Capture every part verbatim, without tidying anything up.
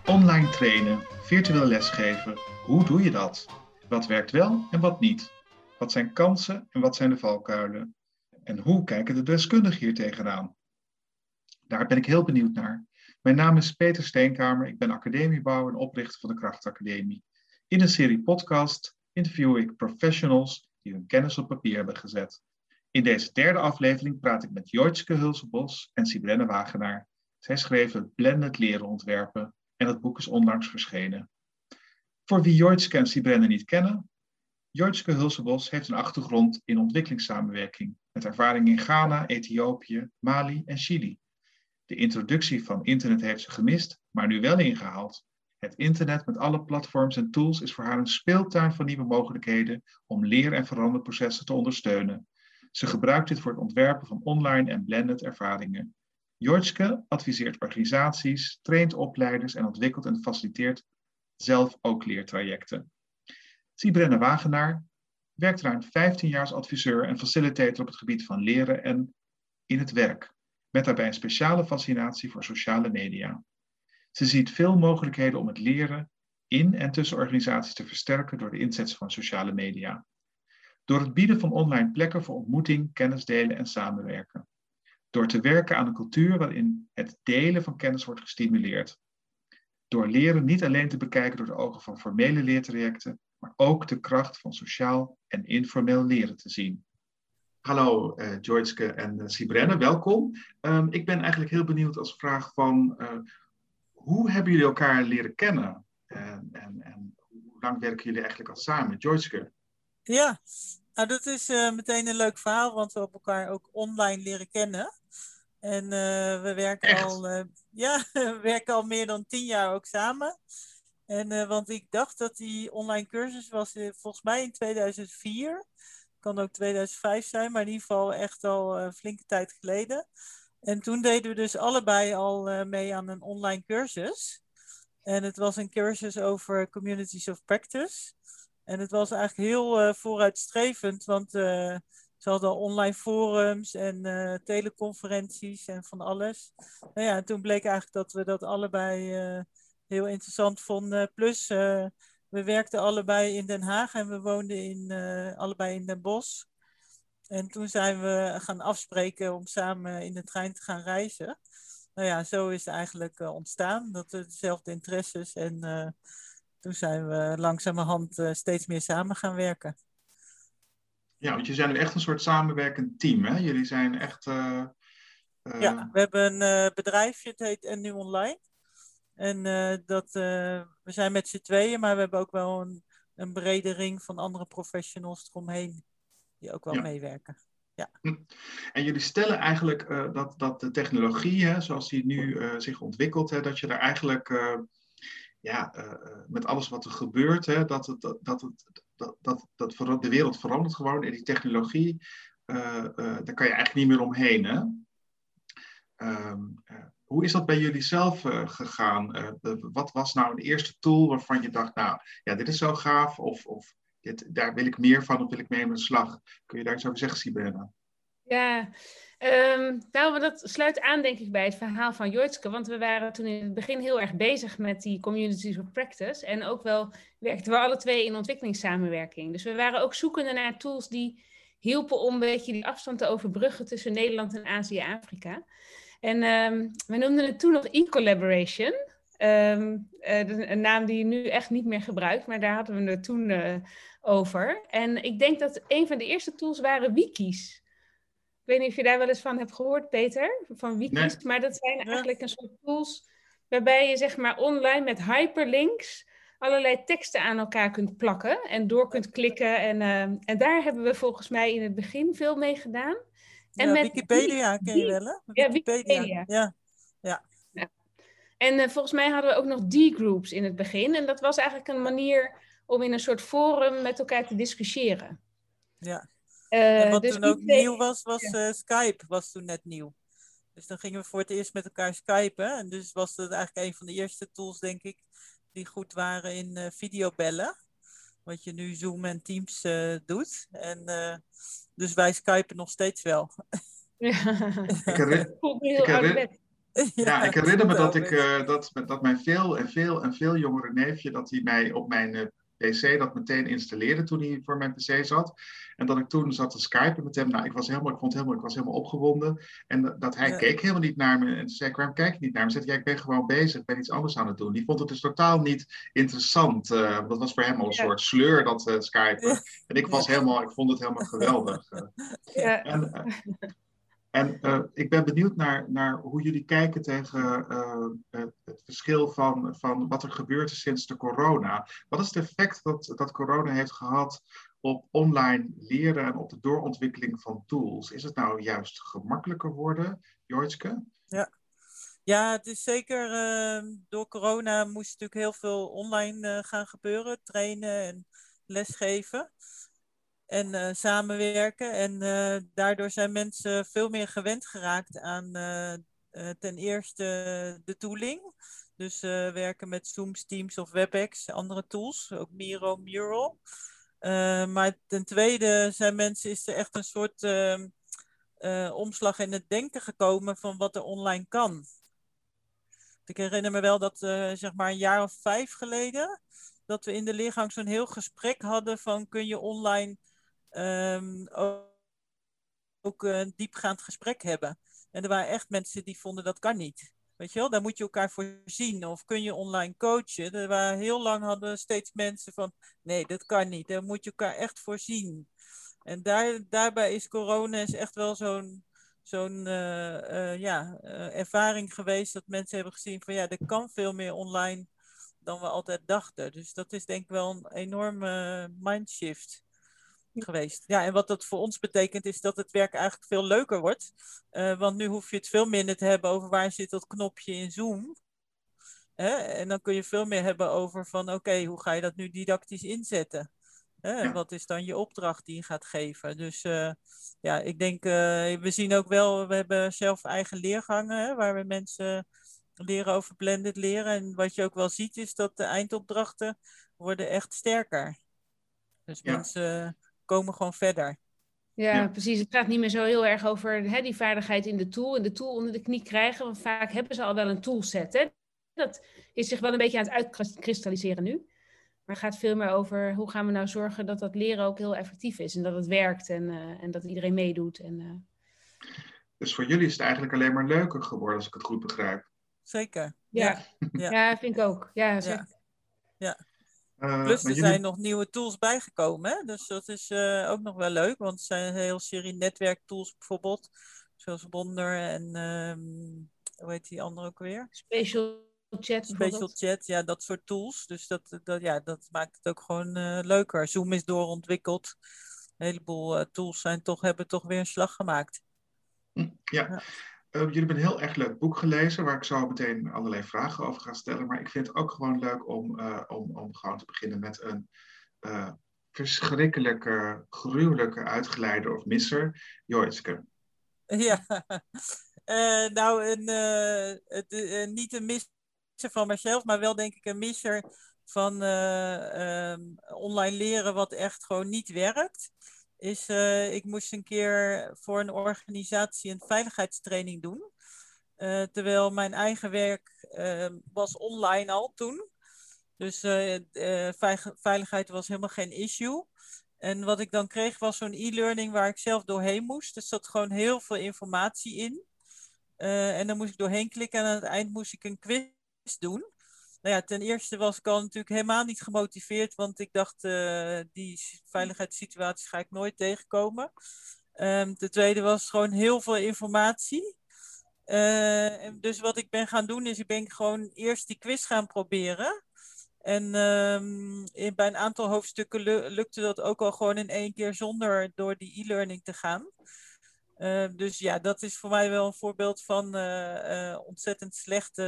Online trainen, virtueel lesgeven, hoe doe je dat? Wat werkt wel en wat niet? Wat zijn kansen en wat zijn de valkuilen? En hoe kijken de deskundigen hier tegenaan? Daar ben ik heel benieuwd naar. Mijn naam is Peter Steenkamer, ik ben academiebouwer en oprichter van de Krachtacademie. In een serie podcast interview ik professionals die hun kennis op papier hebben gezet. In deze derde aflevering praat ik met Joytske Hulsebos en Sibrenne Wagenaar. Zij schreven Blended leren ontwerpen en het boek is onlangs verschenen. Voor wie Joytske en Sibrenne niet kennen, Joytske Hulsebos heeft een achtergrond in ontwikkelingssamenwerking met ervaring in Ghana, Ethiopië, Mali en Chili. De introductie van internet heeft ze gemist, maar nu wel ingehaald. Het internet met alle platforms en tools is voor haar een speeltuin van nieuwe mogelijkheden om leer- en veranderprocessen te ondersteunen. Ze gebruikt dit voor het ontwerpen van online en blended ervaringen. Joytske adviseert organisaties, traint opleiders en ontwikkelt en faciliteert zelf ook leertrajecten. Sibrenne Wagenaar werkt ruim vijftien jaar als adviseur en facilitator op het gebied van leren en in het werk, met daarbij een speciale fascinatie voor sociale media. Ze ziet veel mogelijkheden om het leren in en tussen organisaties te versterken door de inzet van sociale media. Door het bieden van online plekken voor ontmoeting, kennis delen en samenwerken. Door te werken aan een cultuur waarin het delen van kennis wordt gestimuleerd. Door leren niet alleen te bekijken door de ogen van formele leertrajecten, maar ook de kracht van sociaal en informeel leren te zien. Hallo uh, Joytske en uh, Sibrenne, welkom. Um, ik ben eigenlijk heel benieuwd als vraag van uh, hoe hebben jullie elkaar leren kennen? En, en, en hoe lang werken jullie eigenlijk al samen? Joytske? Ja, nou dat is uh, meteen een leuk verhaal, want we hebben elkaar ook online leren kennen. En uh, we werken Echt? al, uh, ja, we werken al meer dan tien jaar ook samen. En uh, want ik dacht dat die online cursus was uh, volgens mij in tweeduizend vier. Kan ook tweeduizend vijf zijn, maar in ieder geval echt al een uh, flinke tijd geleden. En toen deden we dus allebei al uh, mee aan een online cursus. En het was een cursus over communities of practice. En het was eigenlijk heel uh, vooruitstrevend, want uh, ze hadden al online forums en uh, teleconferenties en van alles. Nou ja, en toen bleek eigenlijk dat we dat allebei uh, heel interessant vonden. Plus, uh, we werkten allebei in Den Haag en we woonden in, uh, allebei in Den Bosch. En toen zijn we gaan afspreken om samen in de trein te gaan reizen. Nou ja, zo is het eigenlijk uh, ontstaan. Dat we dezelfde interesses en... Uh, Toen zijn we langzamerhand uh, steeds meer samen gaan werken. Ja, want jullie zijn nu echt een soort samenwerkend team, hè? Jullie zijn echt... Uh, uh... Ja, we hebben een uh, bedrijfje, het heet En Nu Online. En uh, dat, uh, we zijn met z'n tweeën, maar we hebben ook wel een, een brede ring van andere professionals eromheen die ook wel ja. meewerken. Ja. En jullie stellen eigenlijk uh, dat, dat de technologie, hè, zoals die nu uh, zich ontwikkelt, hè, dat je daar eigenlijk... Uh, Ja, uh, met alles wat er gebeurt, hè, dat, het, dat, dat, het, dat, dat, dat ver- de wereld verandert gewoon en die technologie, uh, uh, daar kan je eigenlijk niet meer omheen. Hè? Um, uh, hoe is dat bij jullie zelf uh, gegaan? Uh, de, wat was nou een eerste tool waarvan je dacht, nou, ja, dit is zo gaaf, of, of dit, daar wil ik meer van, of wil ik mee aan de slag? Kun je daar iets over zeggen, Sibrenne? Ja, um, nou, dat sluit aan denk ik bij het verhaal van Joytske, want we waren toen in het begin heel erg bezig met die communities of practice en ook wel werkten we alle twee in ontwikkelingssamenwerking. Dus we waren ook zoekende naar tools die hielpen om een beetje die afstand te overbruggen tussen Nederland en Azië en Afrika. En um, we noemden het toen nog e-collaboration, um, uh, een naam die je nu echt niet meer gebruikt, maar daar hadden we het toen uh, over. En ik denk dat een van de eerste tools waren wikis. Ik weet niet of je daar wel eens van hebt gehoord, Peter, van wikis. Nee. Maar dat zijn eigenlijk een soort tools waarbij je zeg maar online met hyperlinks allerlei teksten aan elkaar kunt plakken en door kunt klikken. En, uh, en daar hebben we volgens mij in het begin veel mee gedaan. En ja, met Wikipedia die, ken je wel, hè? Ja, Wikipedia. Ja, ja. ja. En uh, volgens mij hadden we ook nog D-groups in het begin. En dat was eigenlijk een manier om in een soort forum met elkaar te discussiëren. Ja. Uh, en wat dus toen ook idee... nieuw was, was ja. uh, Skype was toen net nieuw. Dus dan gingen we voor het eerst met elkaar skypen. En dus was dat eigenlijk een van de eerste tools, denk ik, die goed waren in uh, videobellen. Wat je nu Zoom en Teams uh, doet. En, uh, dus wij skypen nog steeds wel. Ja. ik, herinner, ik, herinner, Ja, ik Ja, herinner me dat, totaal ik, best. eh, dat, dat mijn veel en veel en veel jongere neefje, dat hij mij op mijn eh, P C dat meteen installeerde toen hij voor mijn P C zat. En dat ik toen zat te skypen met hem. Nou, ik was helemaal, ik vond helemaal, ik was helemaal opgewonden. En dat, dat hij Ja, keek helemaal niet naar me. En toen zei ik, waarom kijk je niet naar me? Zei hij, ja, ik ben gewoon bezig, ik ben iets anders aan het doen. Die vond het dus totaal niet interessant. Uh, dat was voor hem al een Ja, soort sleur, dat uh, ja, skypen. En ik was ja. helemaal, ik vond het helemaal geweldig. Uh, ja. en uh, En uh, ik ben benieuwd naar, naar hoe jullie kijken tegen uh, het, het verschil van, van wat er gebeurt sinds de corona. Wat is het effect dat, dat corona heeft gehad op online leren en op de doorontwikkeling van tools? Is het nou juist gemakkelijker worden, Joytske? Ja. Ja, het is zeker, uh, door corona moest natuurlijk heel veel online uh, gaan gebeuren. Trainen en lesgeven. En uh, samenwerken. En uh, daardoor zijn mensen veel meer gewend geraakt aan uh, uh, ten eerste de tooling. Dus uh, werken met Zooms, Teams of WebEx, andere tools, ook Miro, Mural. Uh, maar ten tweede zijn mensen, is er echt een soort uh, uh, omslag in het denken gekomen van wat er online kan. Ik herinner me wel dat uh, zeg maar een jaar of vijf geleden, dat we in de leergang zo'n heel gesprek hadden van kun je online Um, ook, ook een diepgaand gesprek hebben. En er waren echt mensen die vonden dat kan niet. Weet je wel, daar moet je elkaar voor zien. Of kun je online coachen. Er waren heel lang hadden steeds mensen van nee, dat kan niet. Daar moet je elkaar echt voor zien. En daar, daarbij is corona is echt wel zo'n zo'n uh, uh, ja, uh, ervaring geweest dat mensen hebben gezien van ja, er kan veel meer online dan we altijd dachten. Dus dat is denk ik wel een enorme mindshift geweest. Ja, en wat dat voor ons betekent is dat het werk eigenlijk veel leuker wordt. Uh, want nu hoef je het veel minder te hebben over waar zit dat knopje in Zoom. Hè? En dan kun je veel meer hebben over van oké, okay, hoe ga je dat nu didactisch inzetten? Hè? En wat is dan je opdracht die je gaat geven? Dus uh, ja, ik denk, uh, we zien ook wel, we hebben zelf eigen leergangen, hè, waar we mensen leren over blended leren. En wat je ook wel ziet is dat de eindopdrachten worden echt sterker. Dus Ja. mensen komen gewoon verder. Ja, Ja. precies. Het gaat niet meer zo heel erg over hè, die vaardigheid in de tool en de tool onder de knie krijgen. Want vaak hebben ze al wel een toolset. Hè? Dat is zich wel een beetje aan het uitkristalliseren nu. Maar het gaat veel meer over hoe gaan we nou zorgen dat dat leren ook heel effectief is. En dat het werkt en, uh, en dat iedereen meedoet. En, uh... Dus voor jullie is het eigenlijk alleen maar leuker geworden, als ik het goed begrijp. Zeker. Ja, ja. ja vind ik ook. Ja, zeker. Ja. ja. Uh, Plus er jullie... zijn nog nieuwe tools bijgekomen. Hè? Dus dat is uh, ook nog wel leuk. Want er zijn een hele serie netwerktools bijvoorbeeld. Zoals Wonder en um, hoe heet die andere ook weer? Spatial Chat Spatial Chat, ja, dat soort tools. Dus dat, dat, ja, dat maakt het ook gewoon uh, leuker. Zoom is doorontwikkeld. Een heleboel uh, tools zijn toch, hebben toch weer een slag gemaakt. Ja. ja. Uh, jullie hebben een heel erg leuk boek gelezen, waar ik zo meteen allerlei vragen over ga stellen. Maar ik vind het ook gewoon leuk om, uh, om, om gewoon te beginnen met een uh, verschrikkelijke, gruwelijke uitgeleider of misser, Joytske. Ja, uh, nou, een, uh, het, uh, niet een misser van mezelf, maar wel denk ik een misser van uh, um, online leren wat echt gewoon niet werkt. Is, uh, ik moest een keer voor een organisatie een veiligheidstraining doen. Uh, terwijl mijn eigen werk uh, was online al toen. Dus uh, uh, veiligheid was helemaal geen issue. En wat ik dan kreeg was zo'n e-learning waar ik zelf doorheen moest. Er zat gewoon heel veel informatie in. Uh, en dan moest ik doorheen klikken en aan het eind moest ik een quiz doen. Nou ja, ten eerste was ik al natuurlijk helemaal niet gemotiveerd, want ik dacht, uh, die veiligheidssituaties ga ik nooit tegenkomen. Um, ten tweede was het gewoon heel veel informatie. Uh, en dus wat ik ben gaan doen is, ik ben gewoon eerst die quiz gaan proberen. En um, in, bij een aantal hoofdstukken lukte dat ook al gewoon in één keer zonder door die e-learning te gaan. Uh, dus ja, dat is voor mij wel een voorbeeld van uh, uh, ontzettend slechte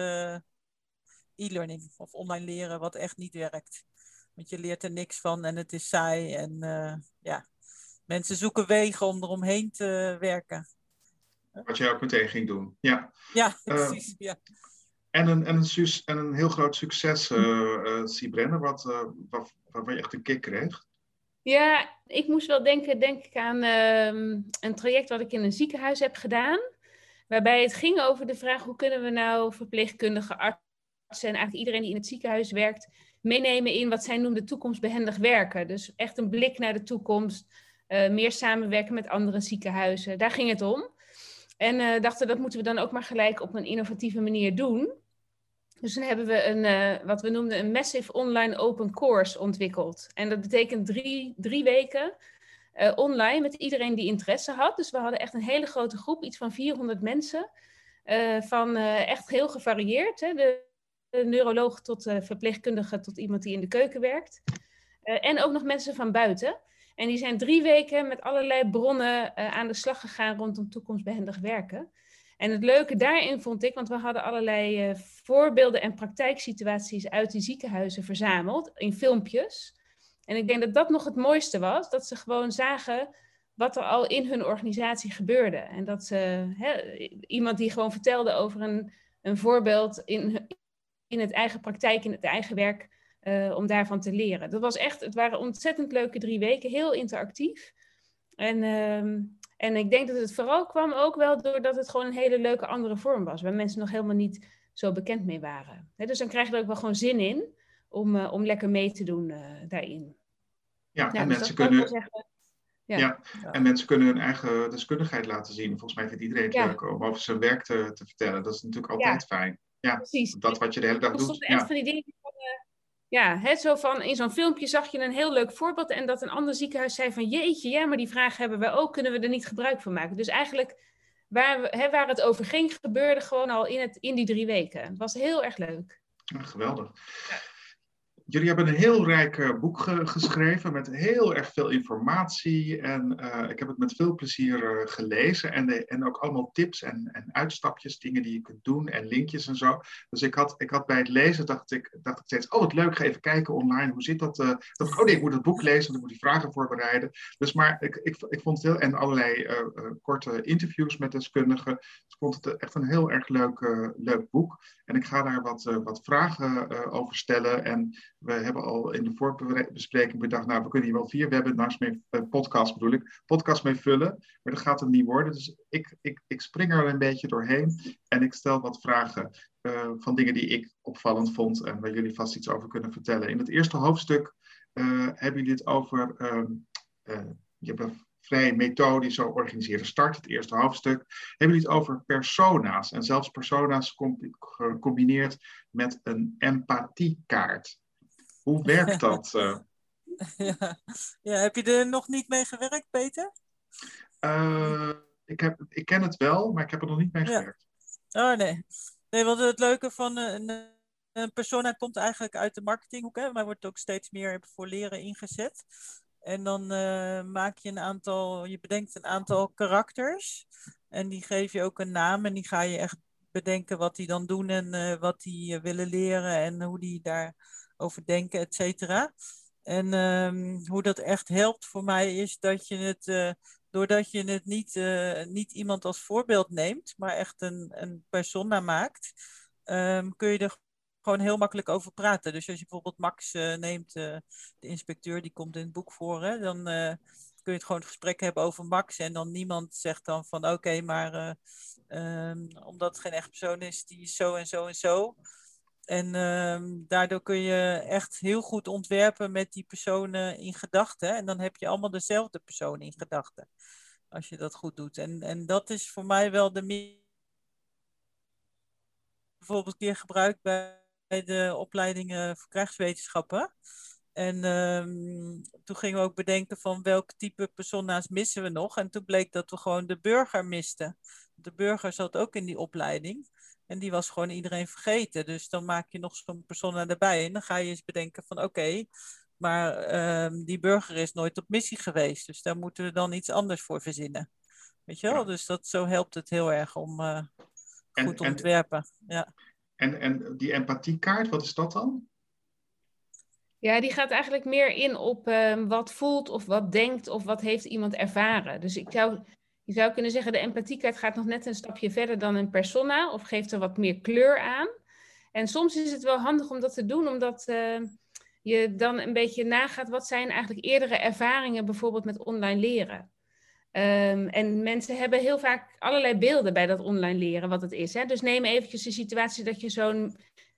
e-learning of online leren wat echt niet werkt. Want je leert er niks van en het is saai en uh, ja, mensen zoeken wegen om eromheen te werken. Wat jij ook meteen ging doen, ja. Ja, precies, uh, ja. En een, en, een en een heel groot succes, uh, uh, Siebrenne, wat, uh, wat, waar je echt een kick kreeg. Ja, ik moest wel denken, denk ik aan uh, een traject wat ik in een ziekenhuis heb gedaan. Waarbij het ging over de vraag, hoe kunnen we nou verpleegkundigen, artsen en eigenlijk iedereen die in het ziekenhuis werkt, meenemen in wat zij noemde toekomstbehendig werken. Dus echt een blik naar de toekomst, uh, meer samenwerken met andere ziekenhuizen. Daar ging het om. En uh, dachten, dat moeten we dan ook maar gelijk op een innovatieve manier doen. Dus dan hebben we een, uh, wat we noemden een Massive Online Open Course ontwikkeld. En dat betekent drie, drie weken uh, online met iedereen die interesse had. Dus we hadden echt een hele grote groep, iets van vierhonderd mensen. Uh, van uh, echt heel gevarieerd. Hè? De, de neuroloog tot uh, verpleegkundige tot iemand die in de keuken werkt. Uh, en ook nog mensen van buiten. En die zijn drie weken met allerlei bronnen uh, aan de slag gegaan rondom toekomstbehendig werken. En het leuke daarin vond ik, want we hadden allerlei uh, voorbeelden en praktijksituaties uit die ziekenhuizen verzameld in filmpjes. En ik denk dat dat nog het mooiste was, dat ze gewoon zagen wat er al in hun organisatie gebeurde. En dat ze, hè, iemand die gewoon vertelde over een, een voorbeeld in, in het eigen praktijk, in het eigen werk, uh, om daarvan te leren. Dat was echt, het waren ontzettend leuke drie weken, heel interactief. En... Uh, En ik denk dat het vooral kwam ook wel doordat het gewoon een hele leuke andere vorm was. Waar mensen nog helemaal niet zo bekend mee waren. He, dus dan krijg je er ook wel gewoon zin in om, uh, om lekker mee te doen uh, daarin. Ja, nou, en dus mensen kunnen... Zeggen, ja. Ja, en mensen kunnen hun eigen deskundigheid laten zien. Volgens mij vindt iedereen het ja. leuk om over zijn werk te, te vertellen. Dat is natuurlijk altijd ja. fijn. Ja, precies. Dat wat je de hele dag doet. Echt ja. van die dingen van, uh, ja, hè, zo van in zo'n filmpje zag je een heel leuk voorbeeld en dat een ander ziekenhuis zei van jeetje, ja, maar die vraag hebben we ook, kunnen we er niet gebruik van maken? Dus eigenlijk waar, we, hè, waar het over ging, gebeurde gewoon al in, het, in die drie weken. Het was heel erg leuk. Ja, geweldig. Ja. Jullie hebben een heel rijk uh, boek ge- geschreven met heel erg veel informatie. En uh, ik heb het met veel plezier uh, gelezen. En, de, en ook allemaal tips en, en uitstapjes, dingen die je kunt doen en linkjes en zo. Dus ik had, ik had bij het lezen, dacht ik, dacht ik steeds, oh wat leuk, ga even kijken online. Hoe zit dat? Uh, dacht ik, oh nee, ik moet het boek lezen, dan moet ik vragen voorbereiden. Dus maar ik, ik, ik vond het heel, en allerlei uh, uh, korte interviews met deskundigen. Dus ik vond het echt een heel erg leuk, uh, leuk boek. En ik ga daar wat, uh, wat vragen uh, over stellen. En we hebben al in de voorbespreking bedacht, nou, we kunnen hier wel vier webinars mee, uh, podcast bedoel ik, podcast mee vullen. Maar dat gaat het niet worden. Dus ik, ik, ik spring er een beetje doorheen. En ik stel wat vragen uh, van dingen die ik opvallend vond. En waar jullie vast iets over kunnen vertellen. In het eerste hoofdstuk uh, hebben jullie het over, uh, uh, je hebt een vrij methodisch zo organiseerde start, het eerste hoofdstuk. Hebben jullie het over persona's. En zelfs persona's gecombineerd met een empathiekaart. Hoe werkt dat? Uh? Ja. Ja, heb je er nog niet mee gewerkt, Peter? Uh, ik, heb, ik ken het wel, maar ik heb er nog niet mee gewerkt. Ja. Oh nee. Nee, want het leuke van een, een persona komt eigenlijk uit de marketinghoek, hè, maar wordt ook steeds meer voor leren ingezet. En dan uh, maak je een aantal, je bedenkt een aantal karakters. En die geef je ook een naam en die ga je echt bedenken wat die dan doen en uh, wat die uh, willen leren en hoe die daarover denken, et cetera. En um, hoe dat echt helpt voor mij is dat je het, uh, doordat je het niet, uh, niet iemand als voorbeeld neemt, maar echt een, een persona maakt, um, kun je er gewoon heel makkelijk over praten. Dus als je bijvoorbeeld Max uh, neemt, uh, de inspecteur, die komt in het boek voor, hè, dan uh, kun je het gewoon het gesprek hebben over Max en dan niemand zegt dan van oké, okay, maar uh, um, omdat het geen echt persoon is, die is zo en zo en zo. En um, daardoor kun je echt heel goed ontwerpen met die personen in gedachten. En dan heb je allemaal dezelfde persoon in gedachten. Als je dat goed doet. En, en dat is voor mij wel de meer... bijvoorbeeld een keer gebruikt bij de opleidingen voor krijgswetenschappen. En um, toen gingen we ook bedenken van welk type persona's missen we nog. En toen bleek dat we gewoon de burger misten. De burger zat ook in die opleiding. En die was gewoon iedereen vergeten. Dus dan maak je nog zo'n persona erbij. En dan ga je eens bedenken van oké, okay, maar um, die burger is nooit op missie geweest. Dus daar moeten we dan iets anders voor verzinnen. Weet je wel? Ja. Dus dat, zo helpt het heel erg om uh, goed te ontwerpen. Ja. En, en die empathiekaart, wat is dat dan? Ja, die gaat eigenlijk meer in op uh, wat voelt of wat denkt of wat heeft iemand ervaren. Dus ik zou... Je zou kunnen zeggen, de empathiekaart gaat nog net een stapje verder dan een persona of geeft er wat meer kleur aan. En soms is het wel handig om dat te doen, omdat uh, je dan een beetje nagaat wat zijn eigenlijk eerdere ervaringen bijvoorbeeld met online leren. Um, en mensen hebben heel vaak allerlei beelden bij dat online leren, wat het is. Hè? Dus neem eventjes de situatie dat je zo'n,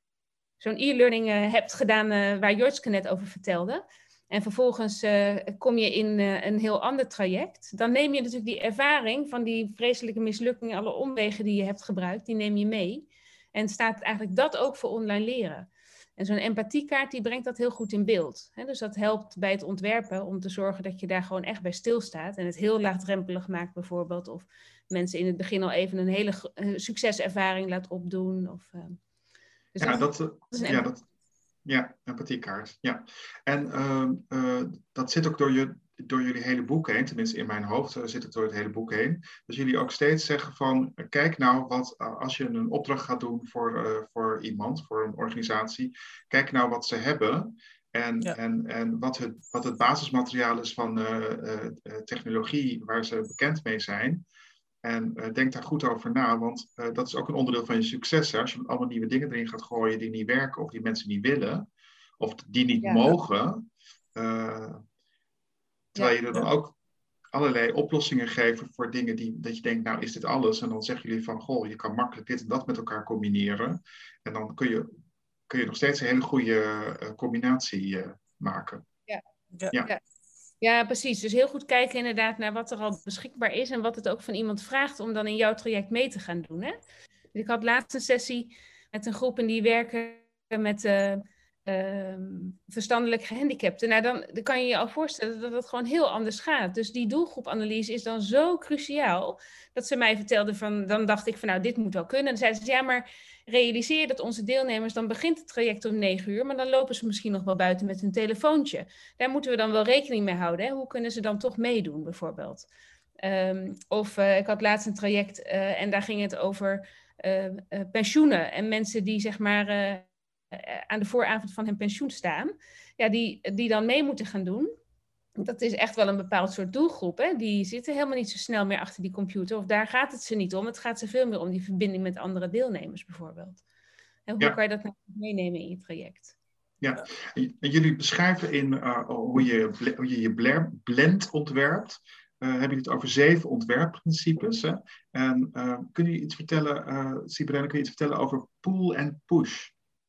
zo'n e-learning uh, hebt gedaan uh, waar Jotske net over vertelde. En vervolgens uh, kom je in uh, een heel ander traject. Dan neem je natuurlijk die ervaring van die vreselijke mislukkingen, alle omwegen die je hebt gebruikt, die neem je mee. En staat eigenlijk dat ook voor online leren. En zo'n empathiekaart die brengt dat heel goed in beeld. He, dus dat helpt bij het ontwerpen om te zorgen dat je daar gewoon echt bij stilstaat. En het heel laagdrempelig maakt bijvoorbeeld. Of mensen in het begin al even een hele uh, succeservaring laat opdoen. Of, uh, dus ja, dat, dat, dat is ja, dat, ja, empathiekaart. Ja. En uh, uh, dat zit ook door, je, door jullie hele boek heen. Tenminste in mijn hoofd uh, zit het door het hele boek heen. Dus jullie ook steeds zeggen van, uh, kijk nou wat, uh, als je een opdracht gaat doen voor, uh, voor iemand, voor een organisatie. Kijk nou wat ze hebben. En, ja. en, en wat, het, wat het basismateriaal is van uh, uh, technologie waar ze bekend mee zijn. En uh, denk daar goed over na, want uh, dat is ook een onderdeel van je succes. Hè? Als je allemaal nieuwe dingen erin gaat gooien die niet werken of die mensen niet willen, of die niet ja. mogen, uh, terwijl ja. je er dan ook allerlei oplossingen geven voor dingen die, dat je denkt, nou is dit alles? En dan zeggen jullie van, goh, je kan makkelijk dit en dat met elkaar combineren. En dan kun je, kun je nog steeds een hele goede uh, combinatie uh, maken. Ja. Ja. Ja. ja. Ja, precies. Dus heel goed kijken inderdaad naar wat er al beschikbaar is en wat het ook van iemand vraagt om dan in jouw traject mee te gaan doen. Hè? Dus ik had laatst een sessie met een groep en die werken met uh, uh, verstandelijk gehandicapten. Nou, dan, dan kan je je al voorstellen dat het gewoon heel anders gaat. Dus die doelgroepanalyse is dan zo cruciaal dat ze mij vertelden van, dan dacht ik van nou, dit moet wel kunnen. En dan zeiden ze, ja, maar realiseer je dat onze deelnemers, dan begint het traject om negen uur, maar dan lopen ze misschien nog wel buiten met hun telefoontje. Daar moeten we dan wel rekening mee houden. Hè? Hoe kunnen ze dan toch meedoen, bijvoorbeeld? Um, of uh, ik had laatst een traject uh, en daar ging het over uh, uh, pensioenen en mensen die zeg maar uh, uh, aan de vooravond van hun pensioen staan, ja, die, die dan mee moeten gaan doen. Dat is echt wel een bepaald soort doelgroep. Hè? Die zitten helemaal niet zo snel meer achter die computer. Of daar gaat het ze niet om. Het gaat ze veel meer om die verbinding met andere deelnemers bijvoorbeeld. En hoe ja. kan je dat nou meenemen in je traject? Ja, en jullie beschrijven in uh, hoe je hoe je, je blend ontwerpt. Uh, hebben jullie het over zeven ontwerpprincipes. Hè? En uh, kun je iets vertellen, uh, Siebrenne, kun je iets vertellen over pull en push?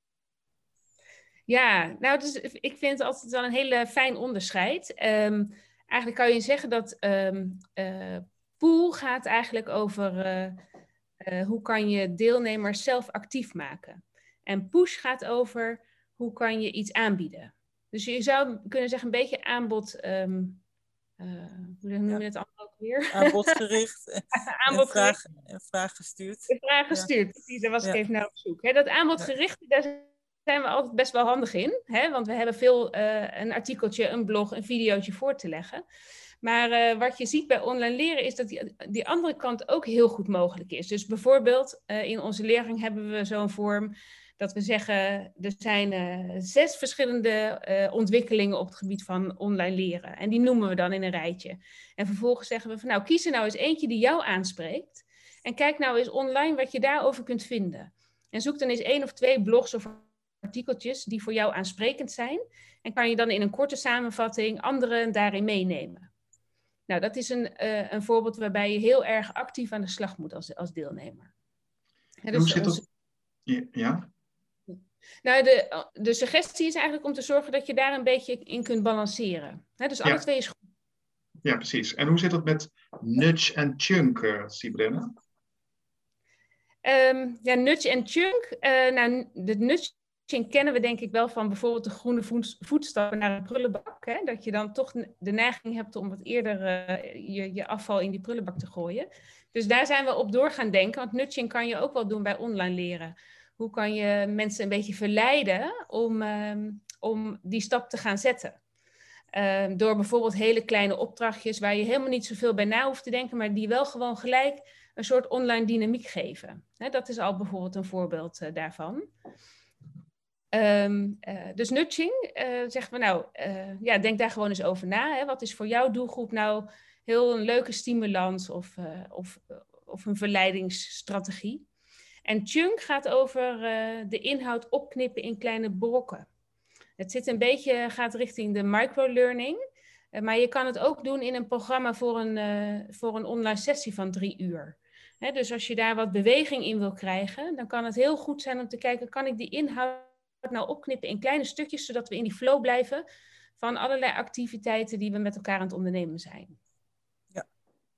Ja, nou, dus ik vind het altijd wel een hele fijn onderscheid. Um, eigenlijk kan je zeggen dat um, uh, pull gaat eigenlijk over uh, uh, hoe kan je deelnemers zelf actief maken. En push gaat over hoe kan je iets aanbieden. Dus je zou kunnen zeggen een beetje aanbod... Um, uh, hoe noem je ja. het allemaal ook weer? Aanbodgericht aanbodgericht. En, vraag, en vraag gestuurd. De vraag gestuurd, ja. precies, daar was ja. ik even naar op zoek. He, dat aanbodgericht, ja. daar zijn we altijd best wel handig in. Hè? Want we hebben veel uh, een artikeltje, een blog, een videootje voor te leggen. Maar uh, wat je ziet bij online leren is dat die, die andere kant ook heel goed mogelijk is. Dus bijvoorbeeld uh, in onze leergang hebben we zo'n vorm dat we zeggen, er zijn uh, zes verschillende uh, ontwikkelingen op het gebied van online leren. En die noemen we dan in een rijtje. En vervolgens zeggen we van nou, kies er nou eens eentje die jou aanspreekt. En kijk nou eens online wat je daarover kunt vinden. En zoek dan eens één of twee blogs of artikeltjes die voor jou aansprekend zijn. En kan je dan in een korte samenvatting anderen daarin meenemen. Nou, dat is een, uh, een voorbeeld waarbij je heel erg actief aan de slag moet als, als deelnemer. Ja, dus hoe zit dat? Onze... Ja? Nou, de, de suggestie is eigenlijk om te zorgen dat je daar een beetje in kunt balanceren. He, dus alle ja. twee is goed. Ja, precies. En hoe zit dat met nudge en chunk, uh, Siebrenne? Um, ja, nudge en chunk. Uh, nou, de nudging kennen we denk ik wel van bijvoorbeeld de groene voet, voetstappen naar een prullenbak. Hè? Dat je dan toch de neiging hebt om wat eerder uh, je, je afval in die prullenbak te gooien. Dus daar zijn we op door gaan denken. Want nudging kan je ook wel doen bij online leren. Hoe kan je mensen een beetje verleiden om, um, om die stap te gaan zetten? Um, door bijvoorbeeld hele kleine opdrachtjes waar je helemaal niet zoveel bij na hoeft te denken, maar die wel gewoon gelijk een soort online dynamiek geven. He, dat is al bijvoorbeeld een voorbeeld uh, daarvan. Um, uh, dus nudging, uh, zeggen we nou, uh, ja, denk daar gewoon eens over na. Hè. Wat is voor jouw doelgroep nou heel een leuke stimulans of, uh, of, uh, of een verleidingsstrategie? En chunk gaat over uh, de inhoud opknippen in kleine brokken. Het zit een beetje, gaat richting de microlearning. Uh, maar je kan het ook doen in een programma voor een, uh, voor een online sessie van drie uur. Hè, dus als je daar wat beweging in wil krijgen, dan kan het heel goed zijn om te kijken, kan ik die inhoud nou opknippen in kleine stukjes, zodat we in die flow blijven van allerlei activiteiten die we met elkaar aan het ondernemen zijn. Ja.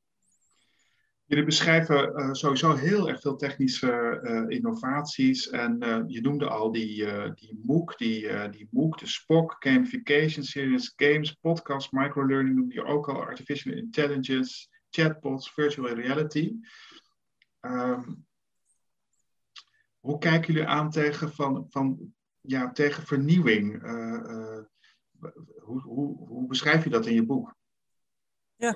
Jullie beschrijven uh, sowieso heel erg veel technische uh, innovaties. En uh, je noemde al die, uh, die MOOC, die, uh, die MOOC, de S P O C, Gamification, Serious Games, Podcast, Microlearning noemde je ook al, Artificial Intelligence, chatbots, Virtual Reality. Um, hoe kijken jullie aan tegen, van, van, ja, tegen vernieuwing? Uh, uh, hoe, hoe, hoe beschrijf je dat in je boek? Ja.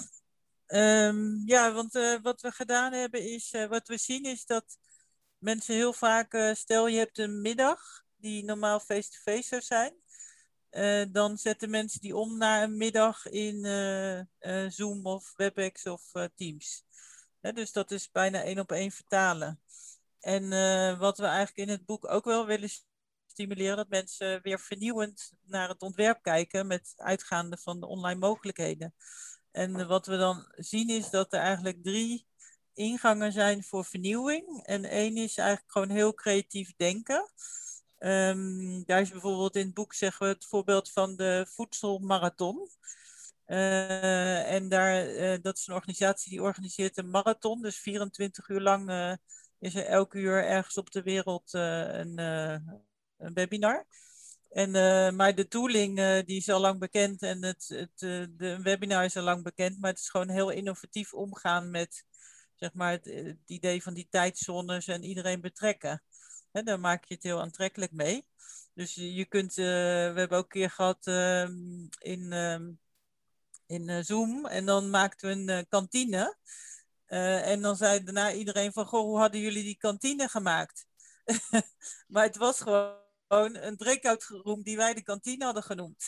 Um, ja, want uh, wat we gedaan hebben is, uh, wat we zien is dat mensen heel vaak, uh, stel je hebt een middag die normaal face-to-face zou zijn, uh, dan zetten mensen die om naar een middag in uh, uh, Zoom of WebEx of uh, Teams. He, dus dat is bijna één op één vertalen. En uh, wat we eigenlijk in het boek ook wel willen stimuleren, dat mensen weer vernieuwend naar het ontwerp kijken met uitgaande van de online mogelijkheden. En wat we dan zien is dat er eigenlijk drie ingangen zijn voor vernieuwing. En één is eigenlijk gewoon heel creatief denken. Um, daar is bijvoorbeeld in het boek zeggen we het voorbeeld van de voedselmarathon. Uh, en daar, uh, dat is een organisatie die organiseert een marathon. Dus vierentwintig uur lang uh, is er elk uur ergens op de wereld uh, een, uh, een webinar. En, uh, maar de tooling uh, die is al lang bekend en het, het, uh, de webinar is al lang bekend. Maar het is gewoon heel innovatief omgaan met zeg maar, het, het idee van die tijdzones en iedereen betrekken. He, daar maak je het heel aantrekkelijk mee. Dus je kunt, uh, we hebben ook een keer gehad uh, in, uh, in uh, Zoom en dan maakten we een uh, kantine. Uh, en dan zei daarna iedereen van, goh, hoe hadden jullie die kantine gemaakt? Maar het was gewoon Gewoon een breakout room die wij de kantine hadden genoemd.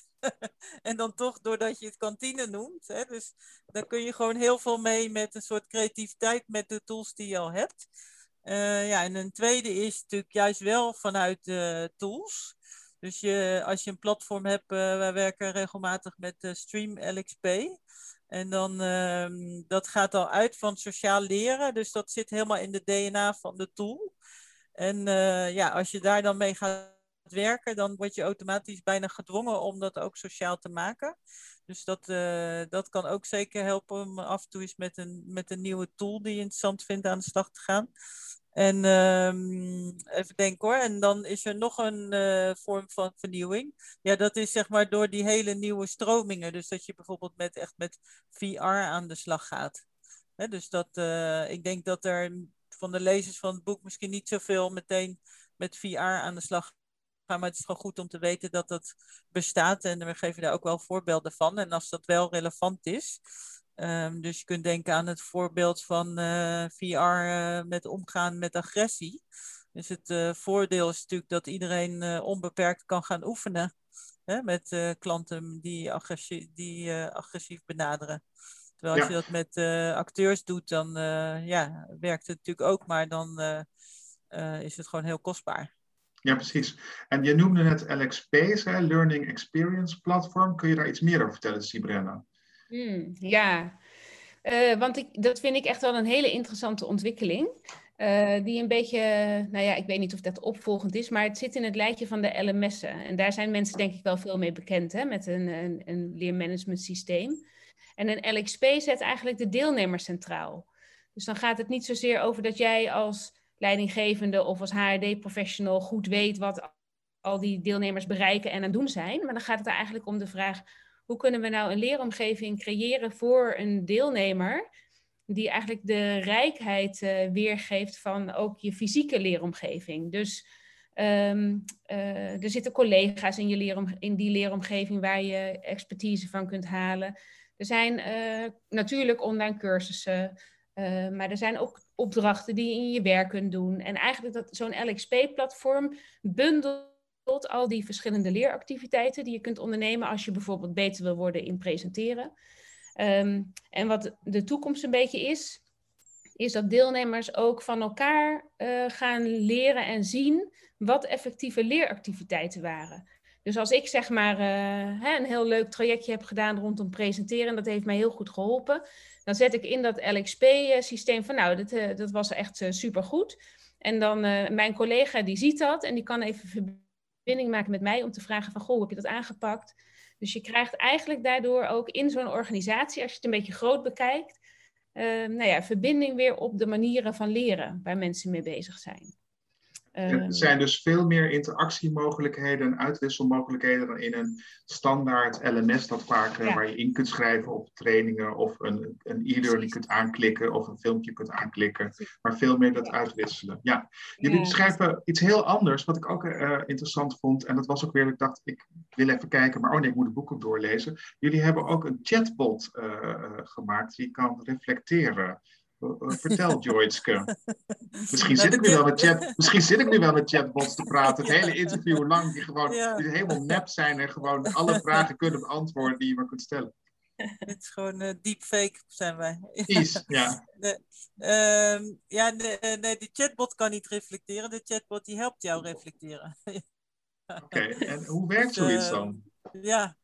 En dan toch, doordat je het kantine noemt. Hè, dus daar kun je gewoon heel veel mee met een soort creativiteit met de tools die je al hebt. Uh, ja, en een tweede is natuurlijk juist wel vanuit de tools. Dus je, als je een platform hebt, uh, wij werken regelmatig met uh, Stream L X P. En dan, uh, dat gaat al uit van sociaal leren. Dus dat zit helemaal in de D N A van de tool. En uh, ja, als je daar dan mee gaat werken, dan word je automatisch bijna gedwongen om dat ook sociaal te maken. Dus dat, uh, dat kan ook zeker helpen om af en toe eens met een, met een nieuwe tool die je interessant vindt aan de slag te gaan. En um, even denken hoor, en dan is er nog een uh, vorm van vernieuwing. Ja, dat is zeg maar door die hele nieuwe stromingen. Dus dat je bijvoorbeeld met, echt met V R aan de slag gaat. He, dus dat, uh, ik denk dat er van de lezers van het boek misschien niet zoveel meteen met V R aan de slag gaan. Maar het is gewoon goed om te weten dat dat bestaat. En we geven daar ook wel voorbeelden van. En als dat wel relevant is. Um, dus je kunt denken aan het voorbeeld van uh, V R uh, met omgaan met agressie. Dus het uh, voordeel is natuurlijk dat iedereen uh, onbeperkt kan gaan oefenen. Hè, met uh, klanten die, agressie, die uh, agressief benaderen. Terwijl als ja. je dat met uh, acteurs doet, dan uh, ja, werkt het natuurlijk ook. Maar dan uh, uh, is het gewoon heel kostbaar. Ja, precies. En je noemde het L X P's, hè, Learning Experience Platform. Kun je daar iets meer over vertellen, Sibrenna? Hmm, ja, uh, want ik, dat vind ik echt wel een hele interessante ontwikkeling. Uh, die een beetje, nou ja, ik weet niet of dat opvolgend is, maar het zit in het lijstje van de L M S'en. En daar zijn mensen denk ik wel veel mee bekend, hè, met een, een, een leermanagement systeem. En een L X P zet eigenlijk de deelnemer centraal. Dus dan gaat het niet zozeer over dat jij als leidinggevende of als H R D-professional goed weet wat al die deelnemers bereiken en aan het doen zijn. Maar dan gaat het er eigenlijk om de vraag, hoe kunnen we nou een leeromgeving creëren voor een deelnemer die eigenlijk de rijkheid uh, weergeeft van ook je fysieke leeromgeving. Dus um, uh, er zitten collega's in, je leerom, in die leeromgeving waar je expertise van kunt halen. Er zijn uh, natuurlijk online cursussen, uh, maar er zijn ook opdrachten die je in je werk kunt doen. En eigenlijk dat zo'n L X P-platform bundelt al die verschillende leeractiviteiten die je kunt ondernemen als je bijvoorbeeld beter wil worden in presenteren. Um, en wat de toekomst een beetje is, is dat deelnemers ook van elkaar uh, gaan leren en zien wat effectieve leeractiviteiten waren. Dus als ik zeg maar uh, hè, een heel leuk trajectje heb gedaan rondom presenteren, en dat heeft mij heel goed geholpen, dan zet ik in dat L X P-systeem van nou, dat, uh, dat was echt uh, supergoed. En dan uh, mijn collega die ziet dat en die kan even verbinding maken met mij om te vragen van goh, hoe heb je dat aangepakt? Dus je krijgt eigenlijk daardoor ook in zo'n organisatie, als je het een beetje groot bekijkt, uh, nou ja, verbinding weer op de manieren van leren waar mensen mee bezig zijn. Er zijn dus veel meer interactiemogelijkheden en uitwisselmogelijkheden dan in een standaard L M S, dat vaak ja. waar je in kunt schrijven op trainingen of een, een e-learning kunt aanklikken of een filmpje kunt aanklikken, maar veel meer dat uitwisselen. Ja, jullie ja, beschrijven dus... iets heel anders, wat ik ook uh, interessant vond, en dat was ook weer, ik dacht, ik wil even kijken, maar oh nee, ik moet het boek ook doorlezen. Jullie hebben ook een chatbot uh, uh, gemaakt die kan reflecteren. Vertel, Joytske. Misschien zit, ik nu wel met chat, misschien zit ik nu wel met chatbots te praten, het hele interview lang, die gewoon ja. die helemaal nep zijn en gewoon alle vragen kunnen beantwoorden die je maar kunt stellen. Het is gewoon uh, deepfake zijn wij. Precies, ja. De, uh, ja, de, nee, de chatbot kan niet reflecteren, de chatbot die helpt jou reflecteren. Oké, okay. En hoe werkt dus, zoiets dan? Uh, ja,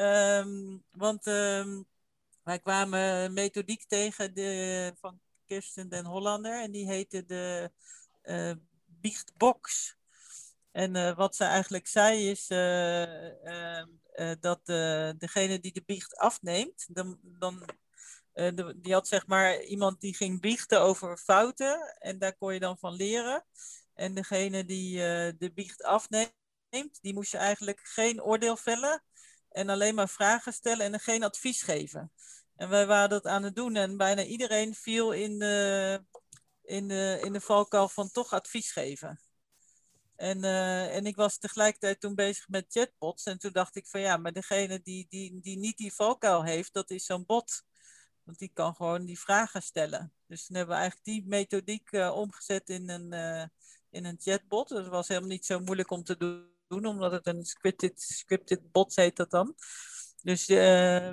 um, want um, wij kwamen methodiek tegen de, van Kirsten den Hollander en die heette de uh, Biechtbox. En uh, wat ze eigenlijk zei is uh, uh, uh, dat uh, degene die de biecht afneemt, dan, dan, uh, de, die had zeg maar iemand die ging biechten over fouten en daar kon je dan van leren. En degene die uh, de biecht afneemt, die moest je eigenlijk geen oordeel vellen en alleen maar vragen stellen en geen advies geven. En wij waren dat aan het doen en bijna iedereen viel in de, in de, in de valkuil van toch advies geven. En, uh, en ik was tegelijkertijd toen bezig met chatbots en toen dacht ik van ja, maar degene die, die, die niet die valkuil heeft, dat is zo'n bot. Want die kan gewoon die vragen stellen. Dus toen hebben we eigenlijk die methodiek uh, omgezet in een, uh, in een chatbot. Dat was helemaal niet zo moeilijk om te doen, omdat het een scripted, scripted bot heet dat dan. Dus, uh,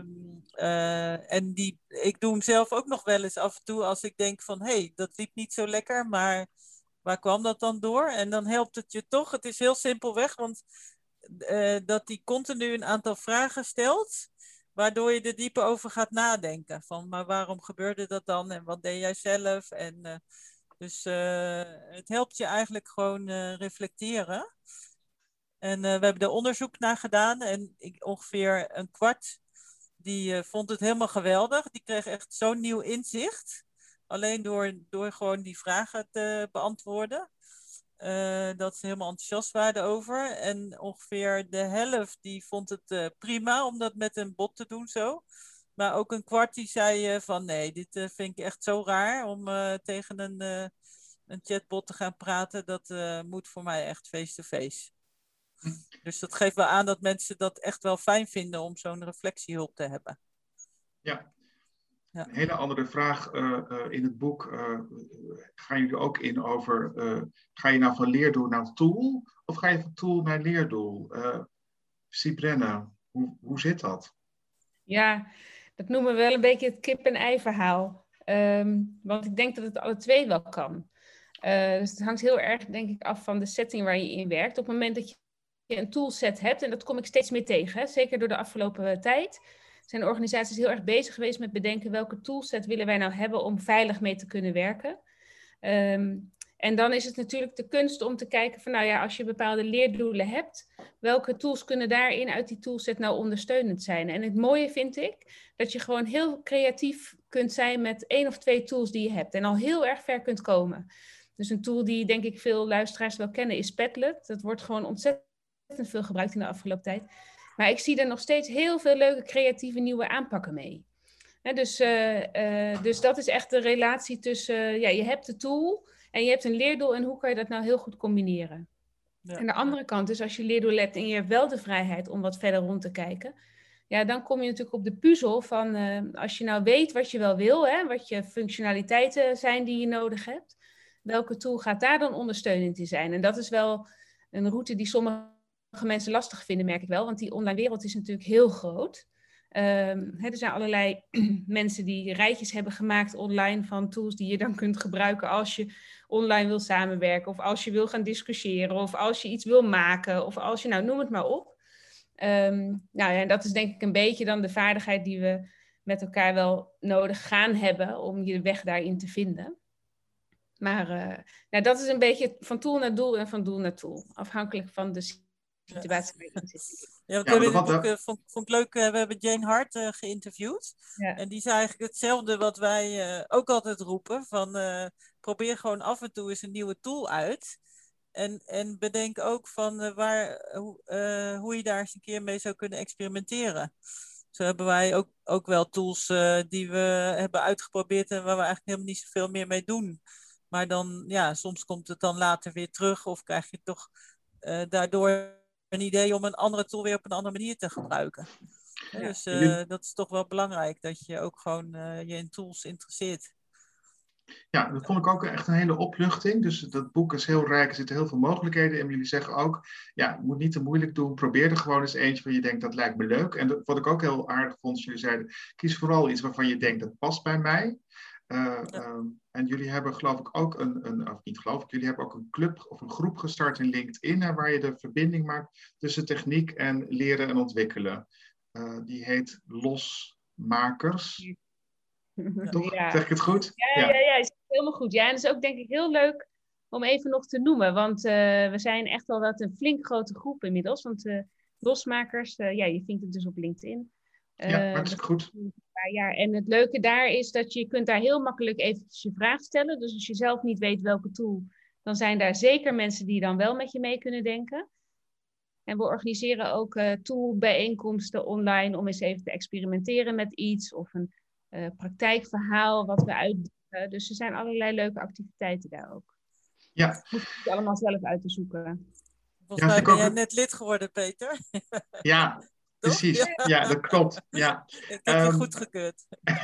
uh, en die, ik doe hem zelf ook nog wel eens af en toe als ik denk van, hé, hey, dat liep niet zo lekker, maar waar kwam dat dan door? En dan helpt het je toch. Het is heel simpelweg, want uh, dat die continu een aantal vragen stelt, waardoor je er dieper over gaat nadenken. Van, maar waarom gebeurde dat dan? En wat deed jij zelf? En, uh, dus uh, het helpt je eigenlijk gewoon uh, reflecteren. En uh, we hebben er onderzoek naar gedaan en ik, ongeveer een kwart die uh, vond het helemaal geweldig. Die kreeg echt zo'n nieuw inzicht. Alleen door, door gewoon die vragen te beantwoorden. Uh, dat ze helemaal enthousiast waren over. En ongeveer de helft die vond het uh, prima om dat met een bot te doen zo. Maar ook een kwart die zei uh, van nee, dit uh, vind ik echt zo raar om uh, tegen een, uh, een chatbot te gaan praten. Dat uh, moet voor mij echt face-to-face. Dus dat geeft wel aan dat mensen dat echt wel fijn vinden om zo'n reflectiehulp te hebben. Ja. Ja. Een hele andere vraag uh, uh, in het boek. Uh, gaan jullie ook in over, uh, ga je nou van leerdoel naar tool? Of ga je van tool naar leerdoel? Uh, Siebrenne, hoe, hoe zit dat? Ja, dat noemen we wel een beetje het kip-en-ei verhaal. Um, want ik denk dat het alle twee wel kan. Uh, dus het hangt heel erg, denk ik, af van de setting waar je in werkt. Op het moment dat je een toolset hebt, en dat kom ik steeds meer tegen, hè, zeker door de afgelopen tijd, zijn organisaties heel erg bezig geweest met bedenken welke toolset willen wij nou hebben om veilig mee te kunnen werken. Um, en dan is het natuurlijk de kunst om te kijken van nou ja, als je bepaalde leerdoelen hebt, welke tools kunnen daarin uit die toolset nou ondersteunend zijn. En het mooie vind ik dat je gewoon heel creatief kunt zijn met één of twee tools die je hebt en al heel erg ver kunt komen. Dus een tool die denk ik veel luisteraars wel kennen is Padlet. Dat wordt gewoon ontzettend veel gebruikt in de afgelopen tijd. Maar ik zie er nog steeds heel veel leuke, creatieve, nieuwe aanpakken mee. He, dus, uh, uh, dus dat is echt de relatie tussen, uh, ja, je hebt de tool en je hebt een leerdoel en hoe kan je dat nou heel goed combineren. Ja. En de andere kant is als je leerdoel hebt en je hebt wel de vrijheid om wat verder rond te kijken. Ja, dan kom je natuurlijk op de puzzel van uh, als je nou weet wat je wel wil, hè, wat je functionaliteiten zijn die je nodig hebt. Welke tool gaat daar dan ondersteunend in zijn? En dat is wel een route die sommige mensen lastig vinden, merk ik wel. Want die online wereld is natuurlijk heel groot. Um, he, er zijn allerlei mensen die rijtjes hebben gemaakt online van tools die je dan kunt gebruiken als je online wil samenwerken. Of als je wil gaan discussiëren. Of als je iets wil maken. Of als je, nou noem het maar op. Um, nou ja, dat is denk ik een beetje dan de vaardigheid die we met elkaar wel nodig gaan hebben om je weg daarin te vinden. Maar uh, nou, dat is een beetje van tool naar doel en van doel naar tool. Afhankelijk van de situatie waar je in zit. Ja, want Ja, we hebben maar in dat het boek, wat- uh, vond, vond ik leuk, uh, we hebben Jane Hart uh, geïnterviewd. Ja. En die zei eigenlijk hetzelfde wat wij uh, ook altijd roepen. Van uh, probeer gewoon af en toe eens een nieuwe tool uit. En, en bedenk ook van uh, waar, uh, hoe je daar eens een keer mee zou kunnen experimenteren. Zo hebben wij ook, ook wel tools uh, die we hebben uitgeprobeerd en waar we eigenlijk helemaal niet zoveel meer mee doen. Maar dan, ja, soms komt het dan later weer terug of krijg je toch uh, daardoor een idee om een andere tool weer op een andere manier te gebruiken. Ja. Ja, dus uh, dat is toch wel belangrijk, dat je ook gewoon uh, je in tools interesseert. Ja, dat vond ik ook echt een hele opluchting. Dus dat boek is heel rijk, er zitten heel veel mogelijkheden in. Jullie zeggen ook, ja, je moet niet te moeilijk doen. Probeer er gewoon eens eentje waar je denkt, dat lijkt me leuk. En dat, wat ik ook heel aardig vond, is jullie zeiden, kies vooral iets waarvan je denkt, dat past bij mij. Uh, ja. um, en jullie hebben geloof ik ook een, een, of niet geloof ik, jullie hebben ook een club of een groep gestart in LinkedIn, hè, waar je de verbinding maakt tussen techniek en leren en ontwikkelen. Uh, die heet Losmakers. Toch? Ja. Zeg ik het goed? Ja, ja, ja, ja, is helemaal goed. Ja, en dat is ook denk ik heel leuk om even nog te noemen. Want uh, we zijn echt wel wat een flink grote groep inmiddels. Want uh, Losmakers, uh, ja, je vindt het dus op LinkedIn. Uh, ja, hartstikke goed. Ja, en het leuke daar is dat je kunt daar heel makkelijk eventjes je vraag stellen. Dus als je zelf niet weet welke tool, dan zijn daar zeker mensen die dan wel met je mee kunnen denken. En we organiseren ook uh, toolbijeenkomsten online om eens even te experimenteren met iets of een uh, praktijkverhaal wat we uitdelen. Dus er zijn allerlei leuke activiteiten daar ook. Ja. Moet je het allemaal zelf uit te zoeken. Volgens ja, mij ben jij ook... net lid geworden, Peter. Ja, precies. Ja. ja, dat klopt. Ja. Ik heb um, je goedgekeurd.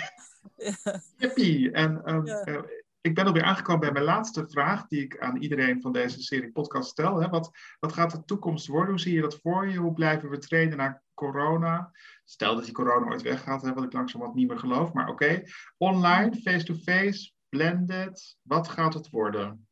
ja. Jippie. En um, ja. uh, ik ben alweer aangekomen bij mijn laatste vraag die ik aan iedereen van deze serie podcast stel. Hè. Wat, wat gaat de toekomst worden? Hoe zie je dat voor je? Hoe blijven we trainen na corona? Stel dat die corona ooit weggaat, hè, wat ik langzamerhand niet meer geloof. Maar oké, okay. Online, face-to-face, blended. Wat gaat het worden?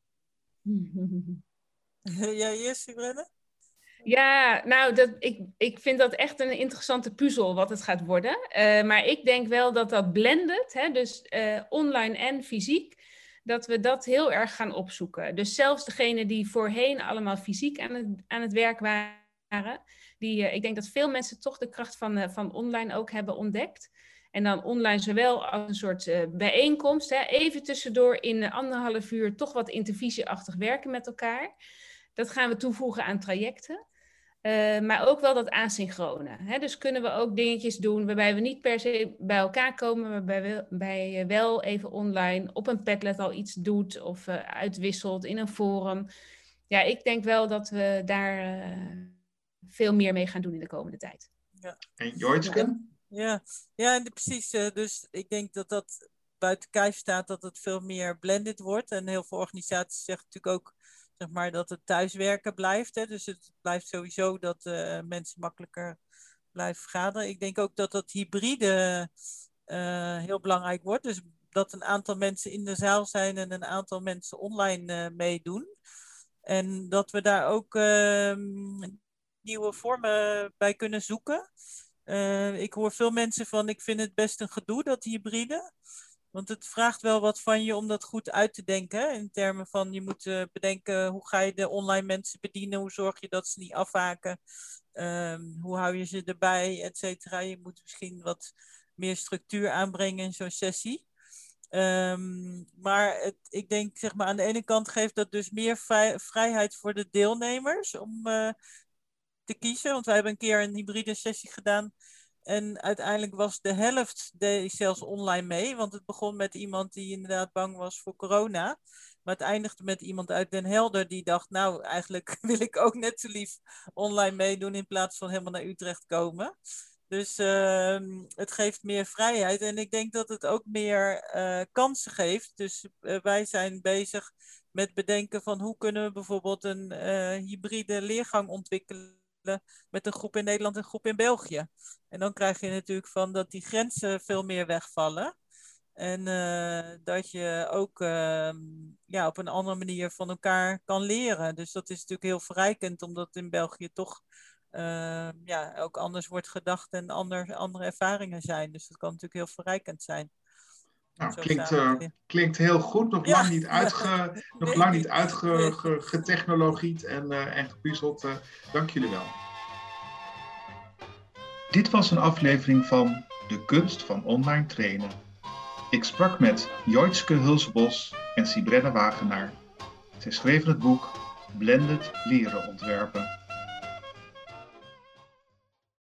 Ja, eerst, Irene? Ja, nou, dat, ik, ik vind dat echt een interessante puzzel wat het gaat worden. Uh, maar ik denk wel dat dat blended, hè, dus uh, online en fysiek, dat we dat heel erg gaan opzoeken. Dus zelfs degenen die voorheen allemaal fysiek aan het, aan het werk waren, die, uh, ik denk dat veel mensen toch de kracht van, uh, van online ook hebben ontdekt. En dan online zowel als een soort uh, bijeenkomst, hè, even tussendoor in uh, anderhalf uur toch wat intervisieachtig werken met elkaar. Dat gaan we toevoegen aan trajecten. Uh, maar ook wel dat asynchrone. Hè? Dus kunnen we ook dingetjes doen waarbij we niet per se bij elkaar komen, waarbij we bij je wel even online op een Padlet al iets doet of uh, uitwisselt in een forum. Ja, ik denk wel dat we daar uh, veel meer mee gaan doen in de komende tijd. Ja. En Joytske? Ja, ja en precies. Uh, dus ik denk dat dat buiten kijf staat dat het veel meer blended wordt. En heel veel organisaties zeggen natuurlijk ook, zeg maar, dat het thuiswerken blijft. Hè? Dus het blijft sowieso dat uh, mensen makkelijker blijven vergaderen. Ik denk ook dat dat hybride uh, heel belangrijk wordt. Dus dat een aantal mensen in de zaal zijn en een aantal mensen online uh, meedoen. En dat we daar ook uh, nieuwe vormen bij kunnen zoeken. Uh, ik hoor veel mensen van, ik vind het best een gedoe, dat hybride. Want het vraagt wel wat van je om dat goed uit te denken. Hè? In termen van, je moet uh, bedenken, hoe ga je de online mensen bedienen? Hoe zorg je dat ze niet afhaken? Um, hoe hou je ze erbij, et cetera? Je moet misschien wat meer structuur aanbrengen in zo'n sessie. Um, maar het, ik denk, zeg maar, aan de ene kant geeft dat dus meer vrij, vrijheid voor de deelnemers om uh, te kiezen. Want wij hebben een keer een hybride sessie gedaan. En uiteindelijk was de helft deed zelfs online mee. Want het begon met iemand die inderdaad bang was voor corona. Maar het eindigde met iemand uit Den Helder die dacht, nou, eigenlijk wil ik ook net zo lief online meedoen in plaats van helemaal naar Utrecht komen. Dus uh, het geeft meer vrijheid. En ik denk dat het ook meer uh, kansen geeft. Dus uh, wij zijn bezig met bedenken van hoe kunnen we bijvoorbeeld een uh, hybride leergang ontwikkelen met een groep in Nederland en een groep in België. En dan krijg je natuurlijk van dat die grenzen veel meer wegvallen. En uh, dat je ook uh, ja, op een andere manier van elkaar kan leren. Dus dat is natuurlijk heel verrijkend, omdat in België toch uh, ja, ook anders wordt gedacht en ander, andere ervaringen zijn. Dus dat kan natuurlijk heel verrijkend zijn. Nou, klinkt, uh, klinkt heel goed. Nog ja, lang niet, uitge, ja. nog nee. lang niet uitgetechnologied ge, en, uh, en gepuzzeld. Uh, dank jullie wel. Dit was een aflevering van De Kunst van Online Trainen. Ik sprak met Joytske Hulsebos en Sibrenne Wagenaar. Zij schreven het boek Blended Leren Ontwerpen.